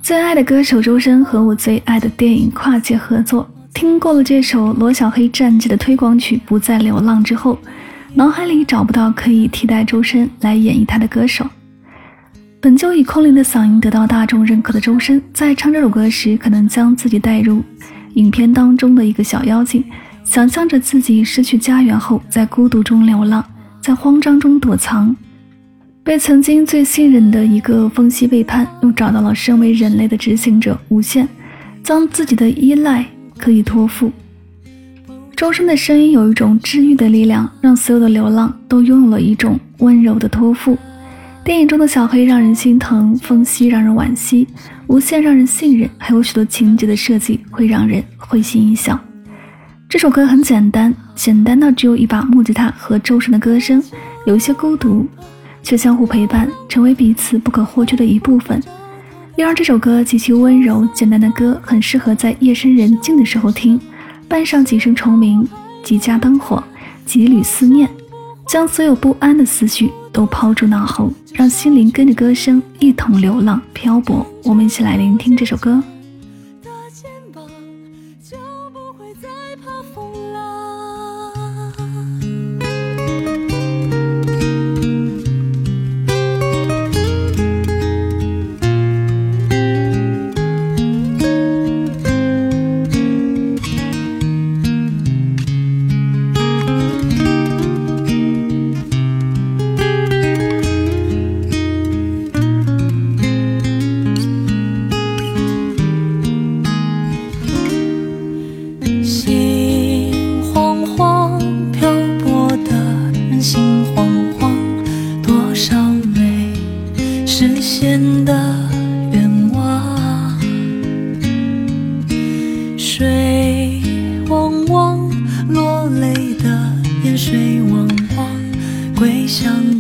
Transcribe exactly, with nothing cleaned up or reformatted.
最爱的歌手周深和我最爱的电影跨界合作，听过了这首罗小黑战绩的推广曲《不再流浪》之后，脑海里找不到可以替代周深来演绎他的歌手。本就以空灵的嗓音得到大众认可的周深，在唱这首歌时可能将自己带入影片当中的一个小妖精，想象着自己失去家园后在孤独中流浪，在慌张中躲藏，被曾经最信任的一个风息背叛，又找到了身为人类的执行者无限，将自己的依赖可以托付。周深的声音有一种治愈的力量，让所有的流浪都拥有了一种温柔的托付。电影中的小黑让人心疼，风息让人惋惜，无限让人信任，还有许多情节的设计会让人会心一笑。这首歌很简单，简单到只有一把木吉他和周深的歌声，有一些孤独，却相互陪伴，成为彼此不可或缺的一部分。又让这首歌极其温柔简单的歌，很适合在夜深人静的时候听，伴上几声虫鸣，几家灯火，几缕思念，将所有不安的思绪都抛诸脑后，让心灵跟着歌声一同流浪漂泊。我们一起来聆听这首歌。 实现的愿望，水汪汪，落泪的眼水汪汪，归乡